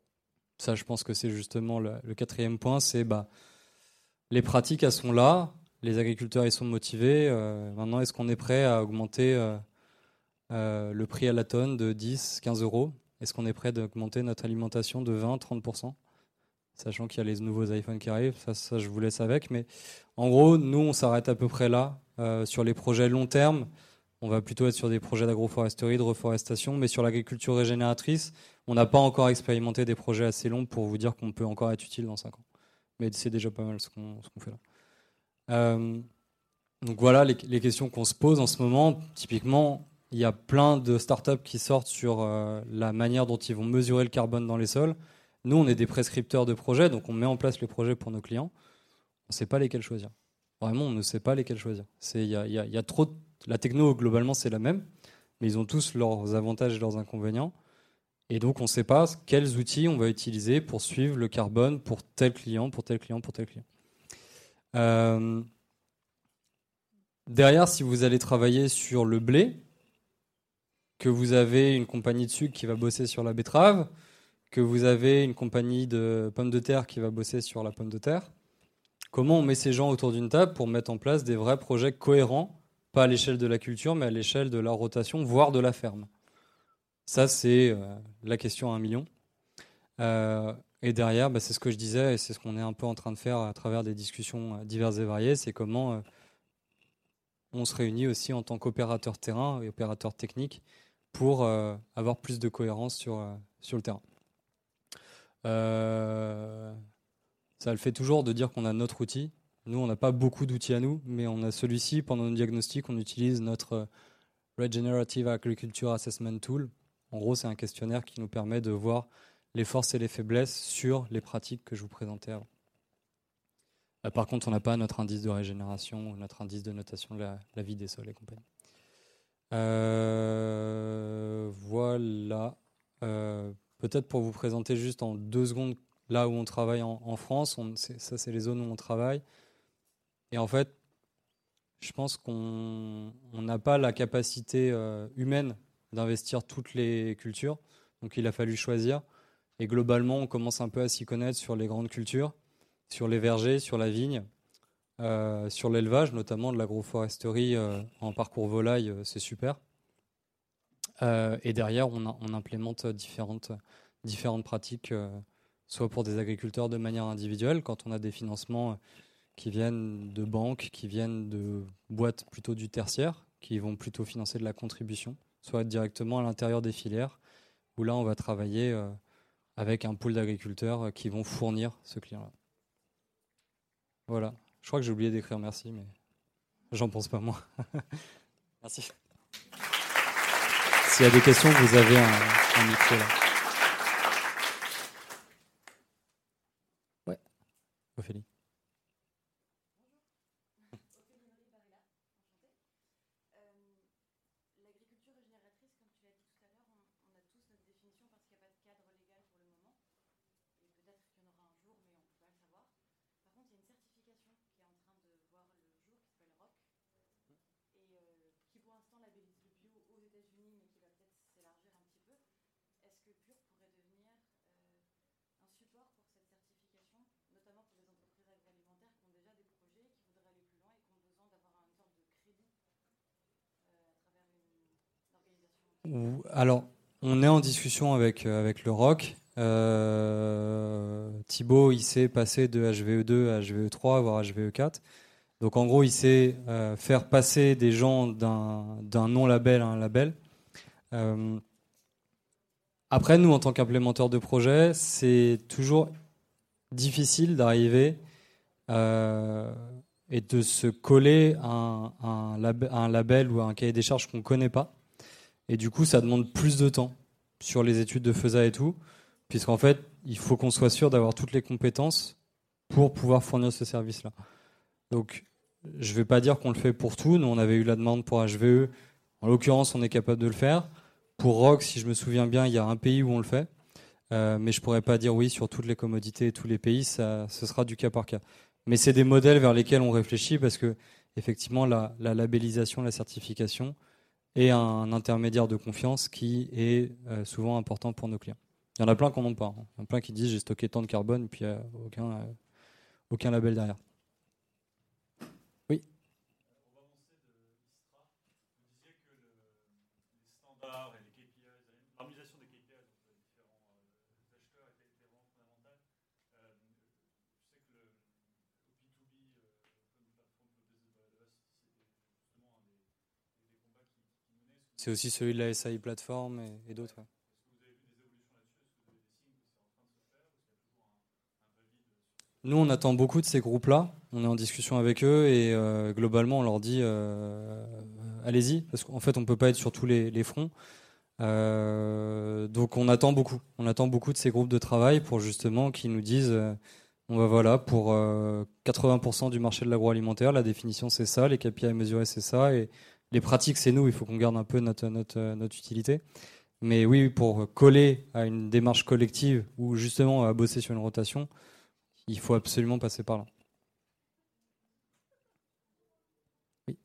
Ça, je pense que c'est justement le quatrième point. C'est les pratiques, elles sont là. les agriculteurs ils sont motivés. Maintenant, est-ce qu'on est prêt à augmenter le prix à la tonne de 10, 15 euros? Est-ce qu'on est prêt d'augmenter notre alimentation de 20, 30%? Sachant qu'il y a les nouveaux iPhones qui arrivent, ça je vous laisse avec. Mais en gros, nous, on s'arrête à peu près là. Sur les projets long terme, on va plutôt être sur des projets d'agroforesterie, de reforestation. Mais sur l'agriculture régénératrice, on n'a pas encore expérimenté des projets assez longs pour vous dire qu'on peut encore être utile dans 5 ans. Mais c'est déjà pas mal ce qu'on fait là. Donc voilà les questions qu'on se pose en ce moment. Typiquement, il y a plein de startups qui sortent sur la manière dont ils vont mesurer le carbone dans les sols. Nous, on est des prescripteurs de projets, donc on met en place les projets pour nos clients. On ne sait pas lesquels choisir. Vraiment, on ne sait pas lesquels choisir. Il y a trop de... La techno, globalement, c'est la même, mais ils ont tous leurs avantages et leurs inconvénients. Et donc, on ne sait pas quels outils on va utiliser pour suivre le carbone pour tel client, pour tel client, pour tel client. Derrière, si vous allez travailler sur le blé, que vous avez une compagnie de sucre qui va bosser sur la betterave, que vous avez une compagnie de pommes de terre qui va bosser sur la pomme de terre, comment on met ces gens autour d'une table pour mettre en place des vrais projets cohérents, pas à l'échelle de la culture, mais à l'échelle de la rotation, voire de la ferme? Ça, c'est la question à 1 million. Et derrière, c'est ce que je disais, et c'est ce qu'on est un peu en train de faire à travers des discussions diverses et variées, c'est comment on se réunit aussi en tant qu'opérateur terrain et opérateur technique pour avoir plus de cohérence sur le terrain. Ça le fait toujours de dire qu'on a notre outil. Nous, on n'a pas beaucoup d'outils à nous, mais on a celui-ci. Pendant nos diagnostics, on utilise notre Regenerative Agriculture Assessment Tool. En gros, c'est un questionnaire qui nous permet de voir les forces et les faiblesses sur les pratiques que je vous présentais avant. Par contre, on n'a pas notre indice de régénération, notre indice de notation de la vie des sols et compagnie. Voilà. Peut-être pour vous présenter juste en 2 secondes là où on travaille en France. Ça, c'est les zones où on travaille. Et en fait, je pense qu'on n'a pas la capacité humaine d'investir toutes les cultures. Donc il a fallu choisir. Et globalement, on commence un peu à s'y connaître sur les grandes cultures, sur les vergers, sur la vigne, sur l'élevage, notamment de l'agroforesterie en parcours volaille, c'est super. Et derrière, on implémente différentes pratiques, soit pour des agriculteurs de manière individuelle, quand on a des financements qui viennent de banques, qui viennent de boîtes plutôt du tertiaire, qui vont plutôt financer de la contribution, soit directement à l'intérieur des filières, où là, on va travailler avec un pool d'agriculteurs qui vont fournir ce client-là. Voilà. Je crois que j'ai oublié d'écrire merci, mais j'en pense pas moins. Merci. S'il y a des questions, vous avez un micro là. Ouais. Ophélie. Alors, on est en discussion avec le ROC. Thibaut, il s'est passé de HVE2 à HVE3, voire HVE4. Donc en gros, il sait faire passer des gens d'un non-label à un label. Après, nous, en tant qu'implémenteurs de projet, c'est toujours difficile d'arriver et de se coller à un label ou à un cahier des charges qu'on ne connaît pas. Et du coup, ça demande plus de temps sur les études de FESA et tout, puisqu'en fait, il faut qu'on soit sûr d'avoir toutes les compétences pour pouvoir fournir ce service-là. Donc, je ne vais pas dire qu'on le fait pour tout. Nous, on avait eu la demande pour HVE. En l'occurrence, on est capable de le faire. Pour ROC, si je me souviens bien, il y a un pays où on le fait. Mais je ne pourrais pas dire oui sur toutes les commodités et tous les pays. Ce sera du cas par cas. Mais c'est des modèles vers lesquels on réfléchit parce que, effectivement, la labellisation, la certification est un intermédiaire de confiance qui est souvent important pour nos clients. Il y en a plein qui n'en ont pas. Il y en a plein qui disent j'ai stocké tant de carbone et puis il n'y a aucun label derrière. Oui. standards et les KPIs, l'harmonisation des KPIs entre les différents acheteurs était vraiment fondamentale. Je sais que au P2B, comme plateforme pour le test de Diversity, c'était justement un des combats qui menait. C'est aussi celui de la SAI Platform et d'autres. Ouais. Nous, on attend beaucoup de ces groupes-là. On est en discussion avec eux et globalement, on leur dit allez-y, parce qu'en fait, on ne peut pas être sur tous les fronts. Donc, on attend beaucoup. On attend beaucoup de ces groupes de travail pour justement qu'ils nous disent on va voilà, pour 80% du marché de l'agroalimentaire, la définition c'est ça, les KPI mesurés c'est ça, et les pratiques c'est nous. Il faut qu'on garde un peu notre utilité. Mais oui, pour coller à une démarche collective ou justement à bosser sur une rotation, il faut absolument passer par là. Oui.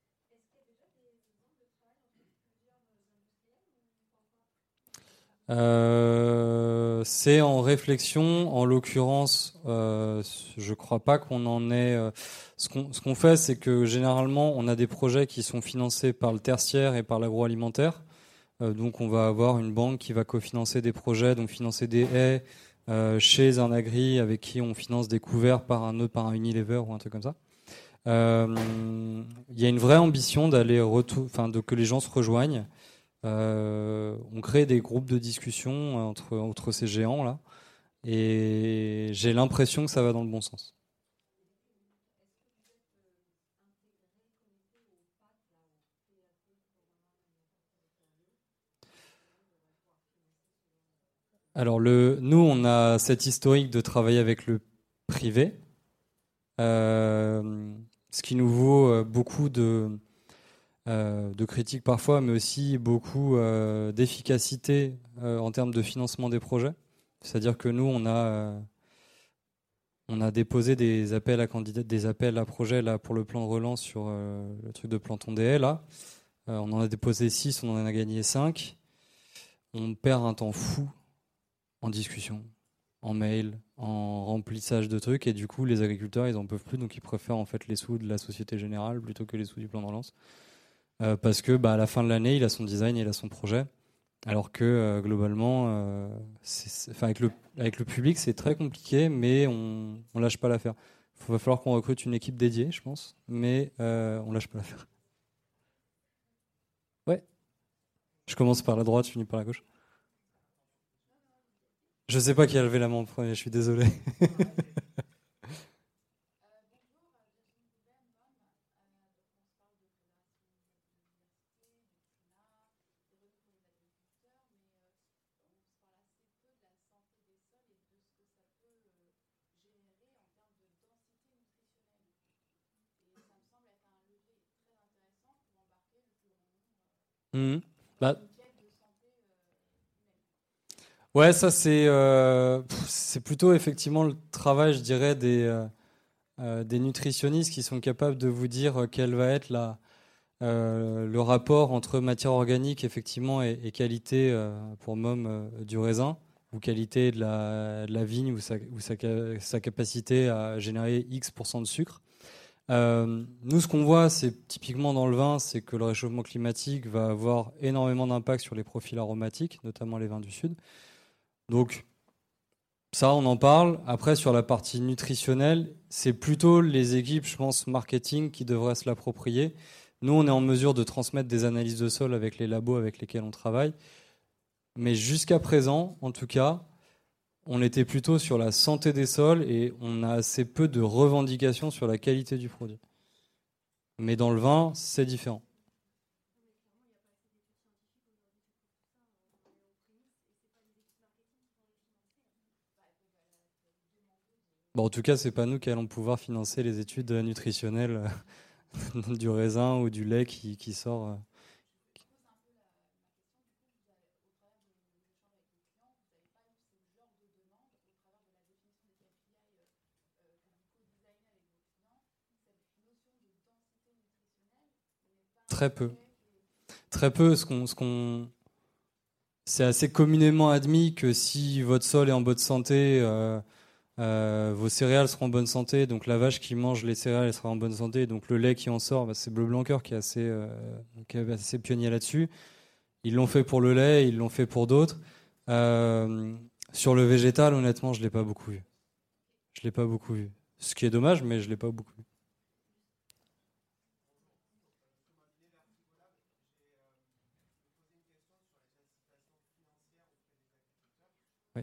C'est en réflexion. En l'occurrence, je crois pas qu'on en ait. Ce qu'on fait, c'est que généralement, on a des projets qui sont financés par le tertiaire et par l'agroalimentaire. Donc, on va avoir une banque qui va cofinancer des projets, donc financer des haies chez un agri avec qui on finance des couverts par un autre, par un Unilever ou un truc comme ça. Il y a une vraie ambition que les gens se rejoignent. On crée des groupes de discussion entre ces géants là, et j'ai l'impression que ça va dans le bon sens. Alors nous, on a cette historique de travailler avec le privé, ce qui nous vaut beaucoup de critiques parfois, mais aussi beaucoup d'efficacité en termes de financement des projets. C'est-à-dire que nous, on a déposé des appels à projets là pour le plan de relance sur le truc de planton des haies là. On en a déposé 6, on en a gagné 5. On perd un temps fou en discussion, en mail, en remplissage de trucs, et du coup les agriculteurs ils en peuvent plus, donc ils préfèrent en fait les sous de la Société Générale plutôt que les sous du plan de relance, parce que à la fin de l'année il a son design, il a son projet, alors que globalement avec le public c'est très compliqué, mais on lâche pas l'affaire. Il va falloir qu'on recrute une équipe dédiée, je pense, mais on lâche pas l'affaire. Ouais, je commence par la droite, je finis par la gauche. Je sais pas qui a levé la main en premier, je suis désolé. Mmh. Bah, ouais, ça c'est plutôt effectivement le travail, je dirais, des nutritionnistes qui sont capables de vous dire quel va être le rapport entre matière organique effectivement et qualité pour môme du raisin, ou qualité de la vigne, ou sa capacité à générer X% de sucre. Nous, ce qu'on voit, c'est typiquement dans le vin, c'est que le réchauffement climatique va avoir énormément d'impact sur les profils aromatiques, notamment les vins du Sud. Donc, ça, on en parle. Après, sur la partie nutritionnelle, c'est plutôt les équipes, je pense, marketing qui devraient se l'approprier. Nous, on est en mesure de transmettre des analyses de sol avec les labos avec lesquels on travaille. Mais jusqu'à présent, en tout cas, on était plutôt sur la santé des sols et on a assez peu de revendications sur la qualité du produit. Mais dans le vin, c'est différent. Bon, en tout cas, c'est pas nous qui allons pouvoir financer les études nutritionnelles du raisin ou du lait qui sort. Très peu. Très peu. C'est assez communément admis que si votre sol est en bonne santé, vos céréales seront en bonne santé, donc la vache qui mange les céréales elle sera en bonne santé, donc le lait qui en sort, c'est Bleu Blanc Cœur qui est assez pionnier là-dessus. Ils l'ont fait pour le lait, ils l'ont fait pour d'autres. Sur le végétal, honnêtement, je l'ai pas beaucoup vu. Je l'ai pas beaucoup vu. Ce qui est dommage, mais je l'ai pas beaucoup vu. Oui.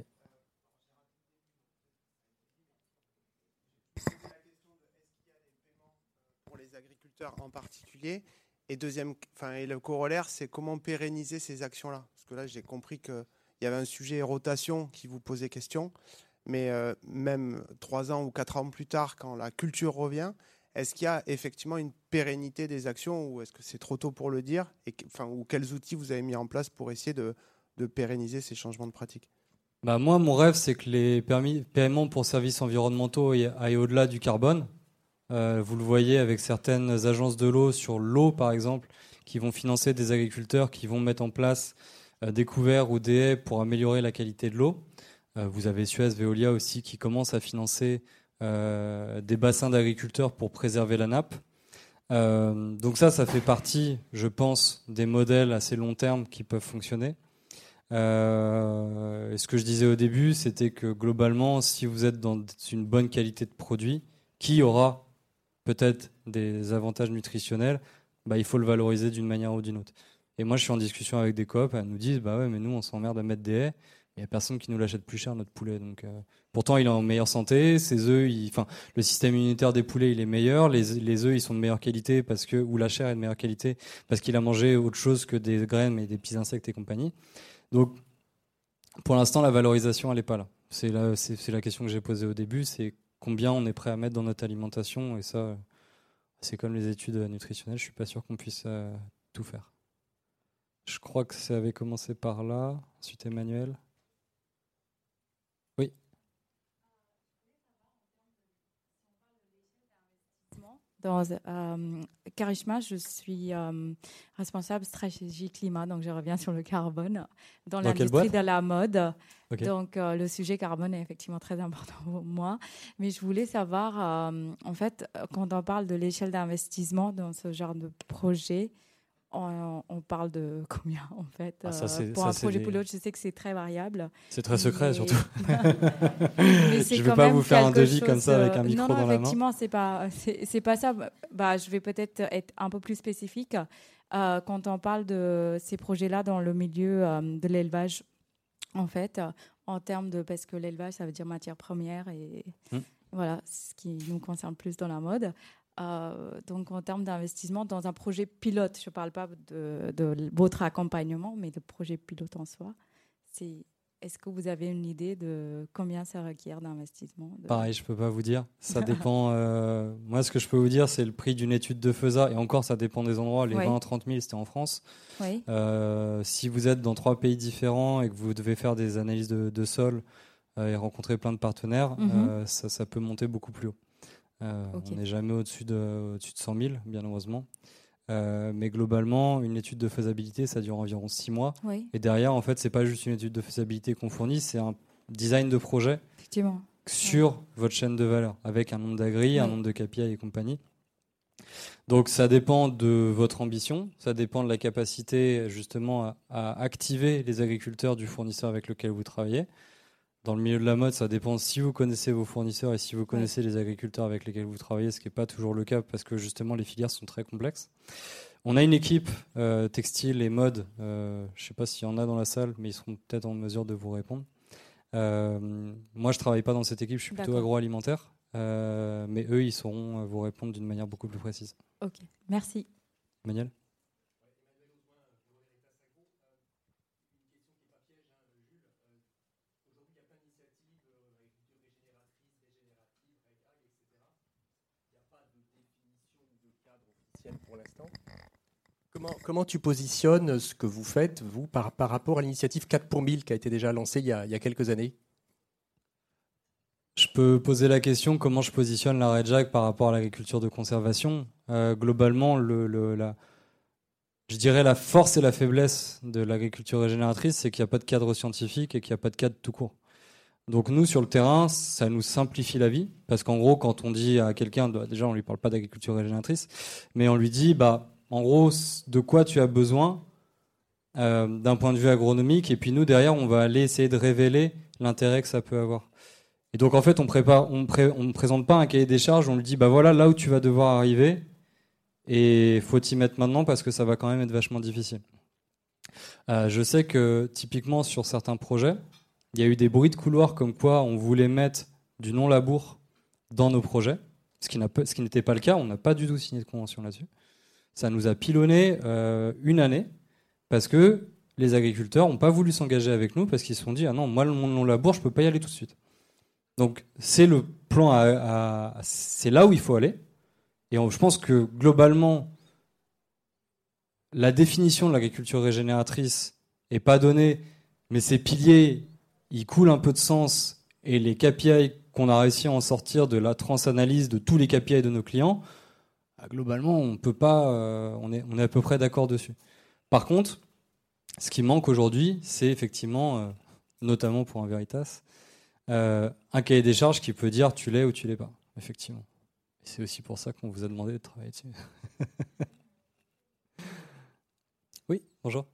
Pour les agriculteurs en particulier. Et et le corollaire, c'est comment pérenniser ces actions-là. Parce que là, j'ai compris qu'il y avait un sujet rotation qui vous posait question. Mais même 3 ans ou 4 ans plus tard, quand la culture revient, est-ce qu'il y a effectivement une pérennité des actions ou est-ce que c'est trop tôt pour le dire ou quels outils vous avez mis en place pour essayer de pérenniser ces changements de pratique? Bah moi, mon rêve, c'est que les paiements pour services environnementaux aillent au-delà du carbone. Vous le voyez avec certaines agences de l'eau sur l'eau, par exemple, qui vont financer des agriculteurs, qui vont mettre en place des couverts ou des haies pour améliorer la qualité de l'eau. Vous avez Suez, Veolia aussi qui commencent à financer des bassins d'agriculteurs pour préserver la nappe. Donc ça fait partie, je pense, des modèles assez long terme qui peuvent fonctionner. Et ce que je disais au début, c'était que globalement, si vous êtes dans une bonne qualité de produit, qui aura peut-être des avantages nutritionnels, il faut le valoriser d'une manière ou d'une autre. Et moi, je suis en discussion avec des coop, elles nous disent, ouais, mais nous, on s'emmerde à mettre des haies. Il n'y a personne qui nous l'achète plus cher, notre poulet. Donc, pourtant, il est en meilleure santé. Ses œufs, le système immunitaire des poulets, il est meilleur. Les œufs, ils sont de meilleure qualité ou la chair est de meilleure qualité parce qu'il a mangé autre chose que des graines, mais des petits insectes et compagnie. Donc, pour l'instant, la valorisation, elle n'est pas là. C'est la question que j'ai posée au début, c'est combien on est prêt à mettre dans notre alimentation. Et ça, c'est comme les études nutritionnelles, je ne suis pas sûr qu'on puisse tout faire. Je crois que ça avait commencé par là. Ensuite, Emmanuel. Oui. Dans Karishma, je suis responsable stratégie climat, donc je reviens sur le carbone dans l'industrie de la mode. Okay. Donc le sujet carbone est effectivement très important pour moi. Mais je voulais savoir, en fait, quand on parle de l'échelle d'investissement dans ce genre de projet, on parle de combien en fait pour un projet pilote, je sais que c'est très variable. C'est très secret surtout. Mais je ne vais pas vous faire un devis comme ça avec un micro dans la main. Non, effectivement, c'est pas ça. Je vais peut-être être un peu plus spécifique. Quand on parle de ces projets-là dans le milieu de l'élevage, en fait, en termes de, parce que l'élevage, ça veut dire matière première et voilà, ce qui nous concerne plus dans la mode. Donc en termes d'investissement dans un projet pilote, je ne parle pas de votre accompagnement, mais de projet pilote en soi, est-ce que vous avez une idée de combien ça requiert d'investissement? Pareil, je ne peux pas vous dire. Ça dépend. Moi, ce que je peux vous dire, c'est le prix d'une étude de FESA. Et encore, ça dépend des endroits. Les 20 à 30 000, c'était en France. Oui. Si vous êtes dans 3 pays différents et que vous devez faire des analyses de sol et rencontrer plein de partenaires, ça peut monter beaucoup plus haut. Okay. On n'est jamais au-dessus de 100 000, bien heureusement. Mais globalement, une étude de faisabilité, ça dure environ 6 mois. Oui. Et derrière, en fait, c'est pas juste une étude de faisabilité qu'on fournit, c'est un design de projet sur votre chaîne de valeur, avec un nombre d'agris, un nombre de KPI et compagnie. Donc ça dépend de votre ambition, ça dépend de la capacité justement à activer les agriculteurs du fournisseur avec lequel vous travaillez. Dans le milieu de la mode, ça dépend si vous connaissez vos fournisseurs et si vous connaissez les agriculteurs avec lesquels vous travaillez, ce qui n'est pas toujours le cas parce que justement les filières sont très complexes. On a une équipe textile et mode, je ne sais pas s'il y en a dans la salle, mais ils seront peut-être en mesure de vous répondre. Moi, je ne travaille pas dans cette équipe, je suis plutôt agroalimentaire, mais eux, ils sauront vous répondre d'une manière beaucoup plus précise. Ok, merci. Emmanuel ? Pour l'instant. Comment tu positionnes ce que vous faites, vous, par rapport à l'initiative 4 pour 1000 qui a été déjà lancée il y a quelques années? Je peux poser la question comment je positionne la REDJAC par rapport à l'agriculture de conservation. Globalement, je dirais la force et la faiblesse de l'agriculture régénératrice, c'est qu'il n'y a pas de cadre scientifique et qu'il n'y a pas de cadre tout court. Donc nous, sur le terrain, ça nous simplifie la vie, parce qu'en gros, quand on dit à quelqu'un, déjà on lui parle pas d'agriculture régénératrice, mais on lui dit, en gros, de quoi tu as besoin d'un point de vue agronomique, et puis nous derrière on va aller essayer de révéler l'intérêt que ça peut avoir. Et donc en fait on ne présente pas un cahier des charges, on lui dit bah voilà là où tu vas devoir arriver, et faut t'y mettre maintenant parce que ça va quand même être vachement difficile. Je sais que typiquement sur certains projets, il y a eu des bruits de couloir comme quoi on voulait mettre du non-labour dans nos projets, ce qui n'était pas le cas, on n'a pas du tout signé de convention là-dessus. Ça nous a pilonné une année parce que les agriculteurs n'ont pas voulu s'engager avec nous parce qu'ils se sont dit « Ah non, moi, mon non-labour, je ne peux pas y aller tout de suite. » Donc, c'est le plan c'est là où il faut aller. Et je pense que, globalement, la définition de l'agriculture régénératrice n'est pas donnée, mais ces piliers, ils coulent un peu de sens, et les KPI qu'on a réussi à en sortir de la transanalyse de tous les KPI de nos clients, globalement, on peut pas, on est à peu près d'accord dessus. Par contre, ce qui manque aujourd'hui, c'est effectivement, notamment pour un Veritas, un cahier des charges qui peut dire tu l'es ou tu l'es pas, effectivement. Et c'est aussi pour ça qu'on vous a demandé de travailler dessus. Oui, bonjour.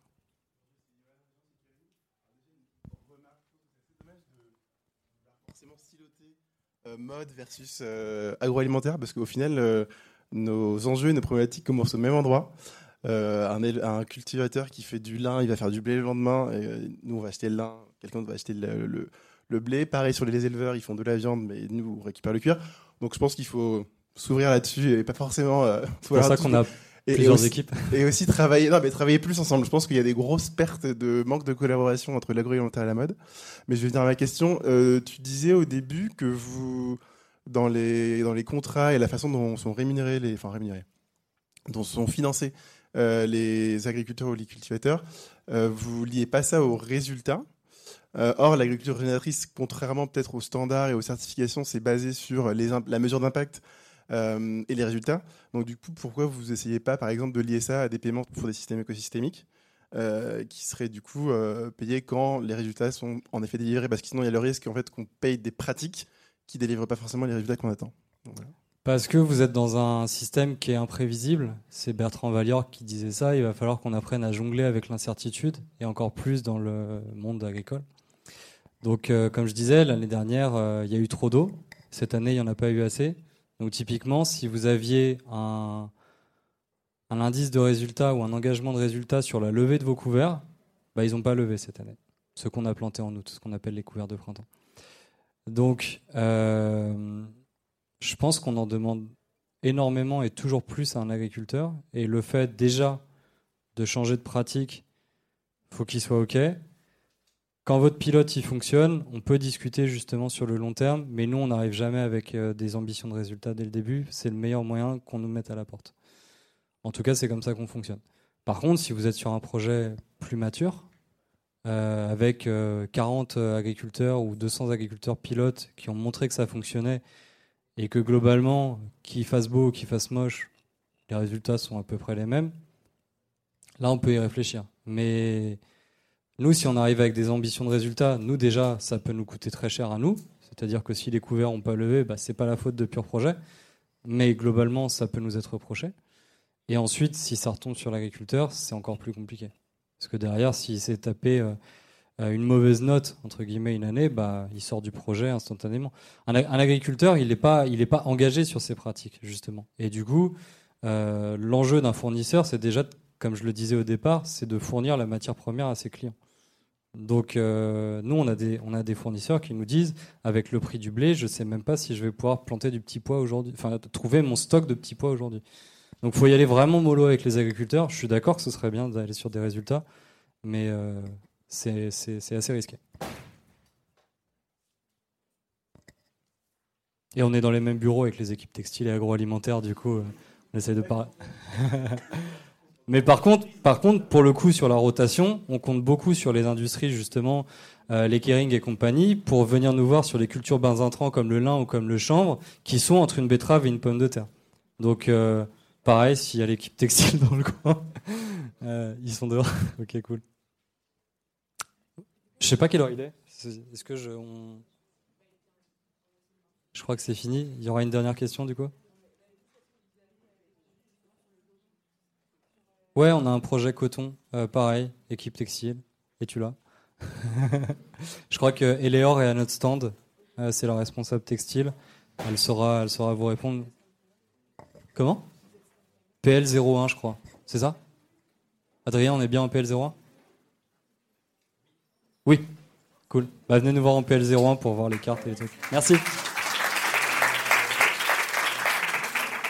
Forcément siloter mode versus agroalimentaire, parce qu'au final, nos enjeux et nos problématiques commencent au même endroit. Un cultivateur qui fait du lin, il va faire du blé le lendemain, et nous on va acheter le lin, quelqu'un d'autre va acheter le blé. Pareil sur les éleveurs, ils font de la viande, mais nous on récupère le cuir. Donc je pense qu'il faut s'ouvrir là-dessus et pas forcément... c'est pour ça qu'on a plusieurs équipes. Et aussi travailler plus ensemble. Je pense qu'il y a des grosses pertes de manque de collaboration entre l'agroalimentaire et la mode. Mais je vais venir à ma question. Tu disais au début que vous, dans les contrats et la façon dont sont dont sont financés les agriculteurs ou les cultivateurs, vous liez pas ça aux résultats. Or, l'agriculture régénératrice, contrairement peut-être aux standards et aux certifications, c'est basé sur la mesure d'impact et les résultats. Donc du coup, pourquoi vous n'essayez pas, par exemple, de lier ça à des paiements pour des systèmes écosystémiques qui seraient du coup payés quand les résultats sont en effet délivrés, parce que sinon il y a le risque en fait qu'on paye des pratiques qui ne délivrent pas forcément les résultats qu'on attend. Donc, voilà. Parce que vous êtes dans un système qui est imprévisible. C'est Bertrand Vallior qui disait ça. Il va falloir qu'on apprenne à jongler avec l'incertitude, et encore plus dans le monde agricole. Donc, comme je disais, l'année dernière, il y a eu trop d'eau. Cette année, il n'y en a pas eu assez. Donc, typiquement, si vous aviez un indice de résultat ou un engagement de résultat sur la levée de vos couverts, bah, ils n'ont pas levé cette année. Ce qu'on a planté en août, ce qu'on appelle les couverts de printemps. Donc, je pense qu'on en demande énormément et toujours plus à un agriculteur. Et le fait déjà de changer de pratique, il faut qu'il soit OK. Quand votre pilote il fonctionne, on peut discuter justement sur le long terme, mais nous on n'arrive jamais avec des ambitions de résultats dès le début. C'est le meilleur moyen qu'on nous mette à la porte. En tout cas, c'est comme ça qu'on fonctionne. Par contre, si vous êtes sur un projet plus mature, avec 40 agriculteurs ou 200 agriculteurs pilotes qui ont montré que ça fonctionnait, et que globalement, qu'il fasse beau ou qu'il fasse moche, les résultats sont à peu près les mêmes, là on peut y réfléchir. Mais nous, si on arrive avec des ambitions de résultats, nous déjà, ça peut nous coûter très cher à nous. C'est-à-dire que si les couverts n'ont pas levé, bah, c'est pas la faute de Pur Projet. Mais globalement, ça peut nous être reproché. Et ensuite, si ça retombe sur l'agriculteur, c'est encore plus compliqué. Parce que derrière, s'il s'est tapé une mauvaise note, entre guillemets, une année, bah, il sort du projet instantanément. Un agriculteur, il n'est pas engagé sur ces pratiques, justement. Et du coup, l'enjeu d'un fournisseur, c'est déjà, comme je le disais au départ, c'est de fournir la matière première à ses clients. Donc, nous, on a des fournisseurs qui nous disent, avec le prix du blé, je ne sais même pas si je vais pouvoir planter du petit pois aujourd'hui, enfin, trouver mon stock de petits pois aujourd'hui. Donc, il faut y aller vraiment mollo avec les agriculteurs. Je suis d'accord que ce serait bien d'aller sur des résultats, mais c'est assez risqué. Et on est dans les mêmes bureaux avec les équipes textiles et agroalimentaires, du coup, on essaye de parler. Mais par contre, pour le coup, sur la rotation, on compte beaucoup sur les industries, justement, les Kering et compagnie, pour venir nous voir sur les cultures bains intrants comme le lin ou comme le chanvre, qui sont entre une betterave et une pomme de terre. Donc, pareil, s'il y a l'équipe textile dans le coin, ils sont dehors. Ok, cool. Je sais pas quelle heure il est. Est-ce que je crois que c'est fini. Il y aura une dernière question, du coup. Ouais, on a un projet coton, pareil, équipe textile. Es-tu là? Je crois que Eleor est à notre stand. C'est la responsable textile. Elle saura vous répondre. Comment? PL01, je crois. C'est ça? Adrien, on est bien en PL01? Oui. Cool. Bah, venez nous voir en PL01 pour voir les cartes et les trucs. Merci.